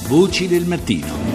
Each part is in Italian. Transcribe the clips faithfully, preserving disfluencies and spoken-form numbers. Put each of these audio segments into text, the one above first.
Voci del mattino.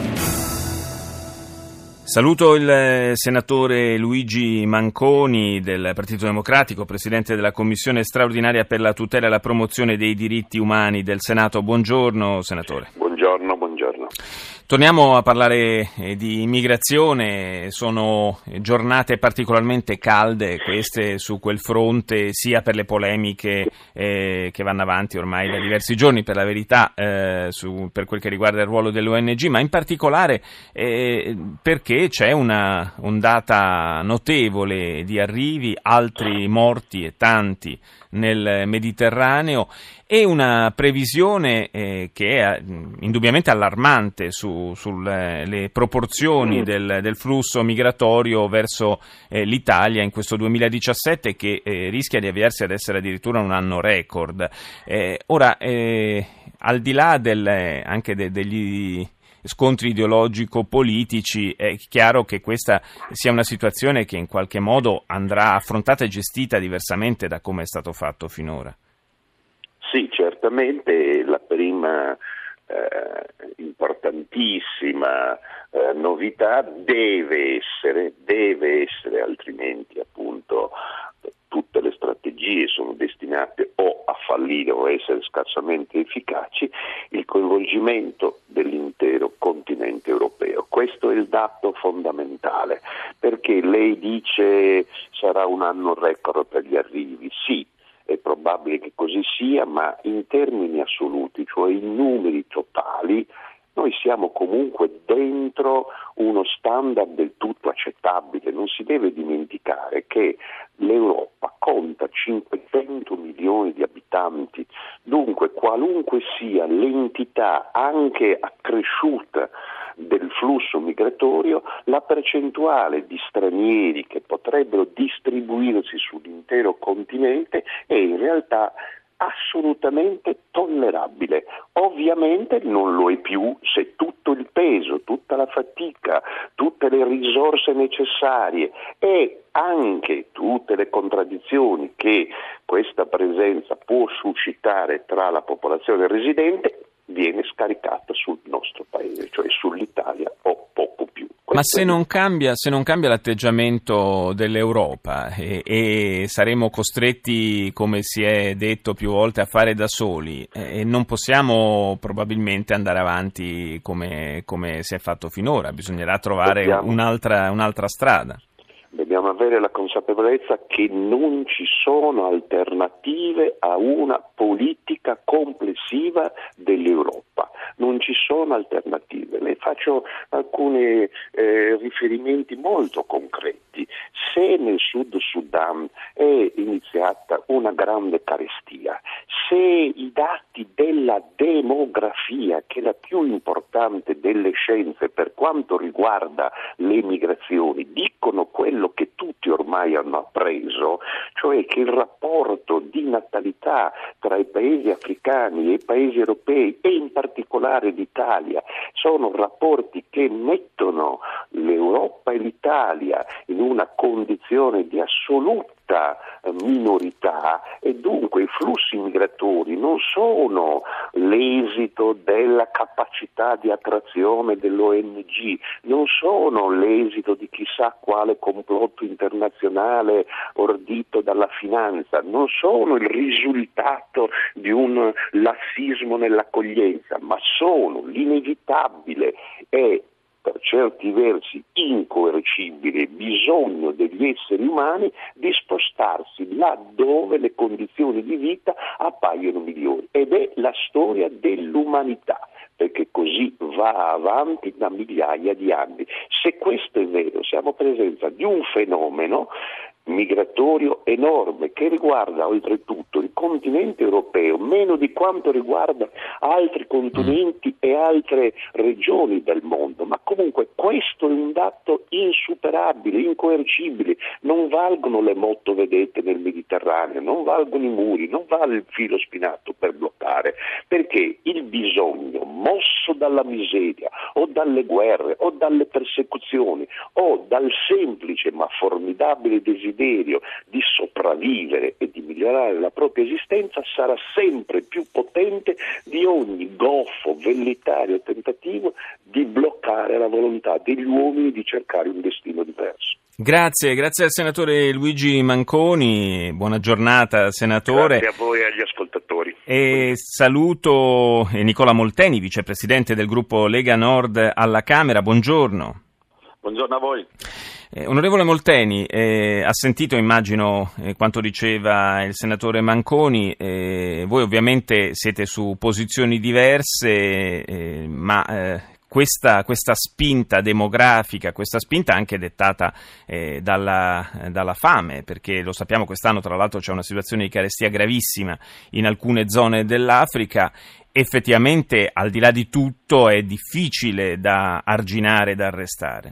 Saluto il senatore Luigi Manconi del Partito Democratico, presidente della Commissione straordinaria per la tutela e la promozione dei diritti umani del Senato. Buongiorno, senatore. Buongiorno, buongiorno. Torniamo a parlare eh, di immigrazione. Sono giornate particolarmente calde queste su quel fronte, sia per le polemiche eh, che vanno avanti ormai da diversi giorni, per la verità, eh, su, per quel che riguarda il ruolo dell'O N G, ma in particolare eh, perché c'è una ondata notevole di arrivi, altri morti e tanti nel Mediterraneo, e una previsione eh, che è indubbiamente allarmante su, sulle proporzioni del, del flusso migratorio verso eh, l'Italia in questo duemiladiciassette, che eh, rischia di avviarsi ad essere addirittura un anno record. Eh, ora, eh, al di là del, anche de, degli scontri ideologico-politici, è chiaro che questa sia una situazione che in qualche modo andrà affrontata e gestita diversamente da come è stato fatto finora. Sì, certamente la prima eh, importantissima eh, novità deve essere, deve essere, altrimenti appunto tutte le strategie sono destinate o a fallire o a essere scarsamente efficaci, il coinvolgimento dell'intero continente europeo. Questo è il dato fondamentale, perché lei dice sarà un anno record per gli arrivi. Sì, è probabile che così sia, ma in termini assoluti, cioè in numeri totali, noi siamo comunque dentro uno standard del tutto accettabile. Non si deve dimenticare che l'Europa conta cinquecento milioni di abitanti, dunque qualunque sia l'entità anche accresciuta del flusso migratorio, la percentuale di stranieri che potrebbero distribuirsi sull'intero continente è in realtà assolutamente tollerabile. Ovviamente non lo è più se tutto il peso, tutta la fatica, tutte le risorse necessarie e anche tutte le contraddizioni che questa presenza può suscitare tra la popolazione residente viene scaricata sul nostro paese, cioè sull'Italia o poco più. Ma se non cambia, se non cambia l'atteggiamento dell'Europa e, e saremo costretti, come si è detto più volte, a fare da soli, e non possiamo probabilmente andare avanti come, come si è fatto finora, bisognerà trovare Dobbiamo. un'altra, un'altra strada. Dobbiamo avere la consapevolezza che non ci sono alternative a una politica complessiva dell'Europa, non ci sono alternative. Le faccio alcuni eh, riferimenti molto concreti. Se nel Sud Sudan è iniziata una grande carestia, se i dati della demografia, che è la più importante delle scienze per quanto riguarda le migrazioni, dicono quello che tutti ormai hanno appreso, cioè che il rapporto di natalità tra i paesi africani e i paesi europei e in particolare l'Italia sono rapporti che mettono l'Europa e l'Italia in una condizione di assoluta minorità, e dunque i flussi migratori non sono l'esito della capacità di attrazione dell'O N G, non sono l'esito di chissà quale complotto internazionale ordito dalla finanza, non sono il risultato di un lassismo nell'accoglienza, ma sono l'inevitabile e per certi versi incoercibile bisogno degli esseri umani di spostarsi laddove le condizioni di vita appaiono migliori, ed è la storia dell'umanità, perché così va avanti da migliaia di anni. Se questo è vero, siamo in presenza di un fenomeno migratorio enorme che riguarda oltretutto il continente europeo meno di quanto riguarda altri continenti e altre regioni del mondo, ma comunque questo è un dato insuperabile, incoercibile. Non valgono le motovedette nel Mediterraneo, non valgono i muri, non vale il filo spinato per bloccare, perché il bisogno mosso diverso dalla miseria o dalle guerre o dalle persecuzioni o dal semplice ma formidabile desiderio di sopravvivere e di migliorare la propria esistenza, sarà sempre più potente di ogni goffo, velleitario tentativo di bloccare la volontà degli uomini di cercare un destino diverso. Grazie, grazie al senatore Luigi Manconi, buona giornata senatore. Grazie a voi e agli ascoltatori. E saluto Nicola Molteni, vicepresidente del gruppo Lega Nord alla Camera, buongiorno. Buongiorno a voi. Eh, onorevole Molteni, eh, ha sentito immagino eh, quanto diceva il senatore Manconi, eh, voi ovviamente siete su posizioni diverse, eh, ma eh, questa, questa spinta demografica, questa spinta anche dettata eh, dalla, dalla fame, perché lo sappiamo quest'anno tra l'altro c'è una situazione di carestia gravissima in alcune zone dell'Africa, effettivamente al di là di tutto è difficile da arginare, da arrestare.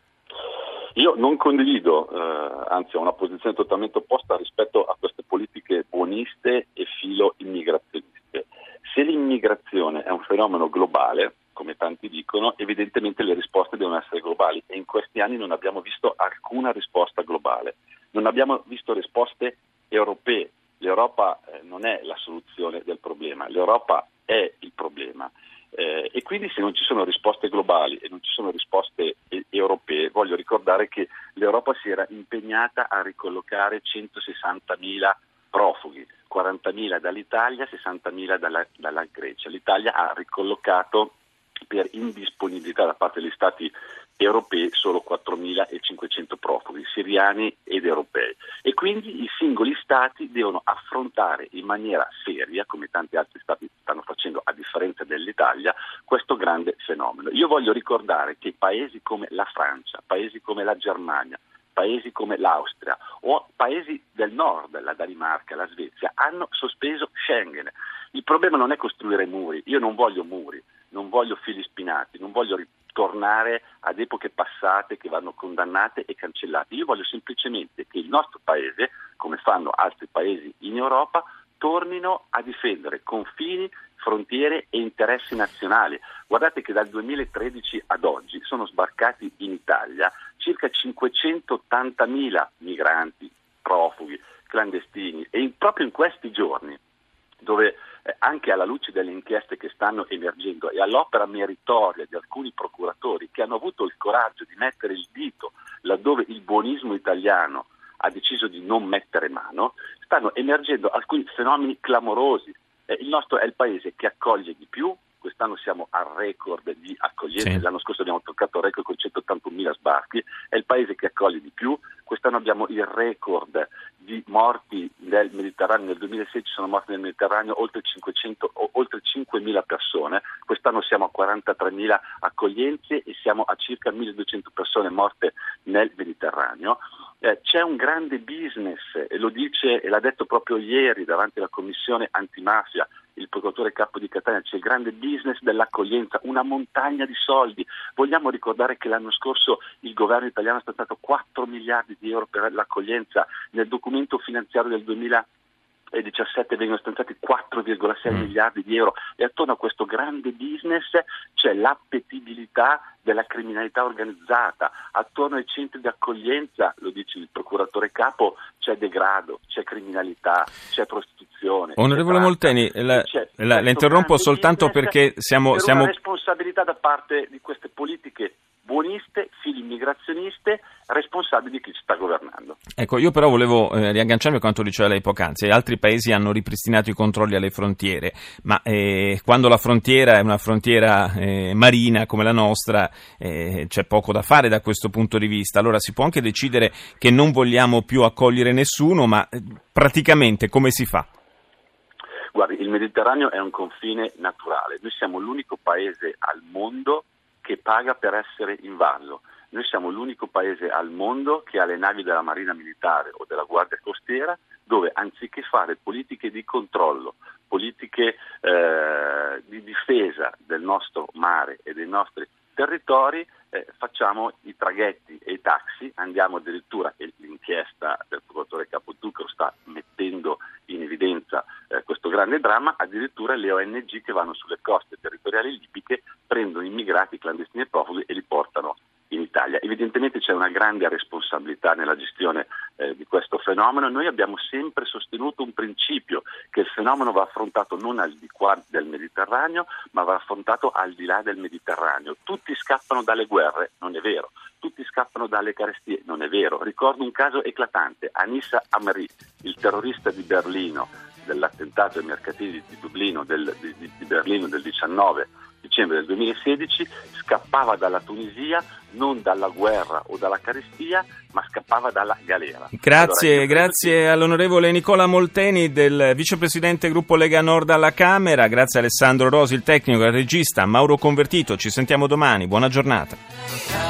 Io non condivido, eh, anzi ho una posizione totalmente opposta rispetto a queste politiche buoniste e filo immigrazioniste. Se l'immigrazione è un fenomeno globale, come tanti dicono, evidentemente le risposte devono essere globali e in questi anni non abbiamo visto alcuna risposta globale, non abbiamo visto risposte europee. L'Europa eh, non è la soluzione del problema, l'Europa è il problema. Eh, e quindi se non ci sono risposte globali e non ci sono risposte e- europee, voglio ricordare che l'Europa si era impegnata a ricollocare centosessantamila profughi, quarantamila dall'Italia, sessantamila dalla, dalla Grecia. L'Italia ha ricollocato per indisponibilità da parte degli Stati europei solo quattromilacinquecento profughi, siriani ed europei. E quindi i singoli Stati devono affrontare in maniera seria, come tanti altri Stati stanno facendo a differenza dell'Italia, questo grande fenomeno. Io voglio ricordare che paesi come la Francia, paesi come la Germania, paesi come l'Austria o paesi del nord, la Danimarca, la Svezia, hanno sospeso Schengen. Il problema non è costruire muri, io non voglio muri, non voglio fili spinati, non voglio ritornare ad epoche passate che vanno condannate e cancellate. Io voglio semplicemente che il nostro paese, come fanno altri paesi in Europa, tornino a difendere confini, frontiere e interessi nazionali. Guardate che dal duemilatredici ad oggi sono sbarcati in Italia circa cinquecentottantamila migranti, profughi, clandestini e in, proprio in questi giorni, dove eh, anche alla luce delle inchieste che stanno emergendo e all'opera meritoria di alcuni procuratori che hanno avuto il coraggio di mettere il dito laddove il buonismo italiano ha deciso di non mettere mano, stanno emergendo alcuni fenomeni clamorosi. Eh, il nostro è il paese che accoglie di più, quest'anno siamo al record di accoglienza, sì. L'anno scorso abbiamo toccato il record con centottantunomila sbarchi, è il paese che accoglie di più, quest'anno abbiamo il record di morti nel Mediterraneo, nel duemilasedici sono morti nel Mediterraneo oltre cinquecento, oltre cinquemila persone, quest'anno siamo a quarantatremila accoglienze e siamo a circa milleduecento persone morte nel Mediterraneo. Eh, c'è un grande business, e lo dice e l'ha detto proprio ieri davanti alla commissione antimafia il procuratore capo di Catania, c'è il grande business dell'accoglienza, una montagna di soldi. Vogliamo ricordare che l'anno scorso il governo italiano ha stanziato quattro miliardi di euro per l'accoglienza, nel documento finanziario del duemiladiciassette vengono stanziati quattro virgola sei mm. miliardi di euro e attorno a questo grande business c'è l'appetibilità della criminalità organizzata, attorno ai centri di accoglienza, lo dice il procuratore capo, c'è degrado, c'è criminalità, c'è prostituzione. Onorevole c'è Molteni, la, la, la interrompo soltanto perché siamo... Per siamo... una responsabilità da parte di queste politiche buoniste, fili immigrazioniste, responsabili di chi ci sta governando. Ecco, io però volevo eh, riagganciarmi a quanto diceva lei poc'anzi. Altri paesi hanno ripristinato i controlli alle frontiere, ma eh, quando la frontiera è una frontiera eh, marina come la nostra, eh, c'è poco da fare da questo punto di vista. Allora si può anche decidere che non vogliamo più accogliere nessuno, ma eh, praticamente come si fa? Guardi, il Mediterraneo è un confine naturale. Noi siamo l'unico paese al mondo che paga per essere in vallo. Noi siamo l'unico paese al mondo che ha le navi della Marina Militare o della Guardia Costiera dove anziché fare politiche di controllo, politiche eh, di difesa del nostro mare e dei nostri territori, eh, facciamo i traghetti e i taxi, andiamo addirittura, e l'inchiesta del procuratore capo Zuccaro sta mettendo in evidenza eh, questo grande grande dramma addirittura le O N G che vanno sulle coste territoriali libiche, prendono immigrati clandestini e profughi e li portano in Italia. Evidentemente c'è una grande responsabilità nella gestione eh, di questo fenomeno. Noi abbiamo sempre sostenuto un principio, che il fenomeno va affrontato non al di qua del Mediterraneo, ma va affrontato al di là del Mediterraneo. Tutti scappano dalle guerre, non è vero. Tutti scappano dalle carestie, non è vero. Ricordo un caso eclatante, Anissa Amri, il terrorista di Berlino, dell'attentato ai mercatini di Dublino, del, di, di Berlino del diciannove dicembre del duemilasedici, scappava dalla Tunisia non dalla guerra o dalla carestia, ma scappava dalla galera. Grazie, allora, grazie all'onorevole Nicola Molteni del vicepresidente gruppo Lega Nord alla Camera, grazie a Alessandro Rosi, il tecnico, il regista, Mauro Convertito, ci sentiamo domani, buona giornata.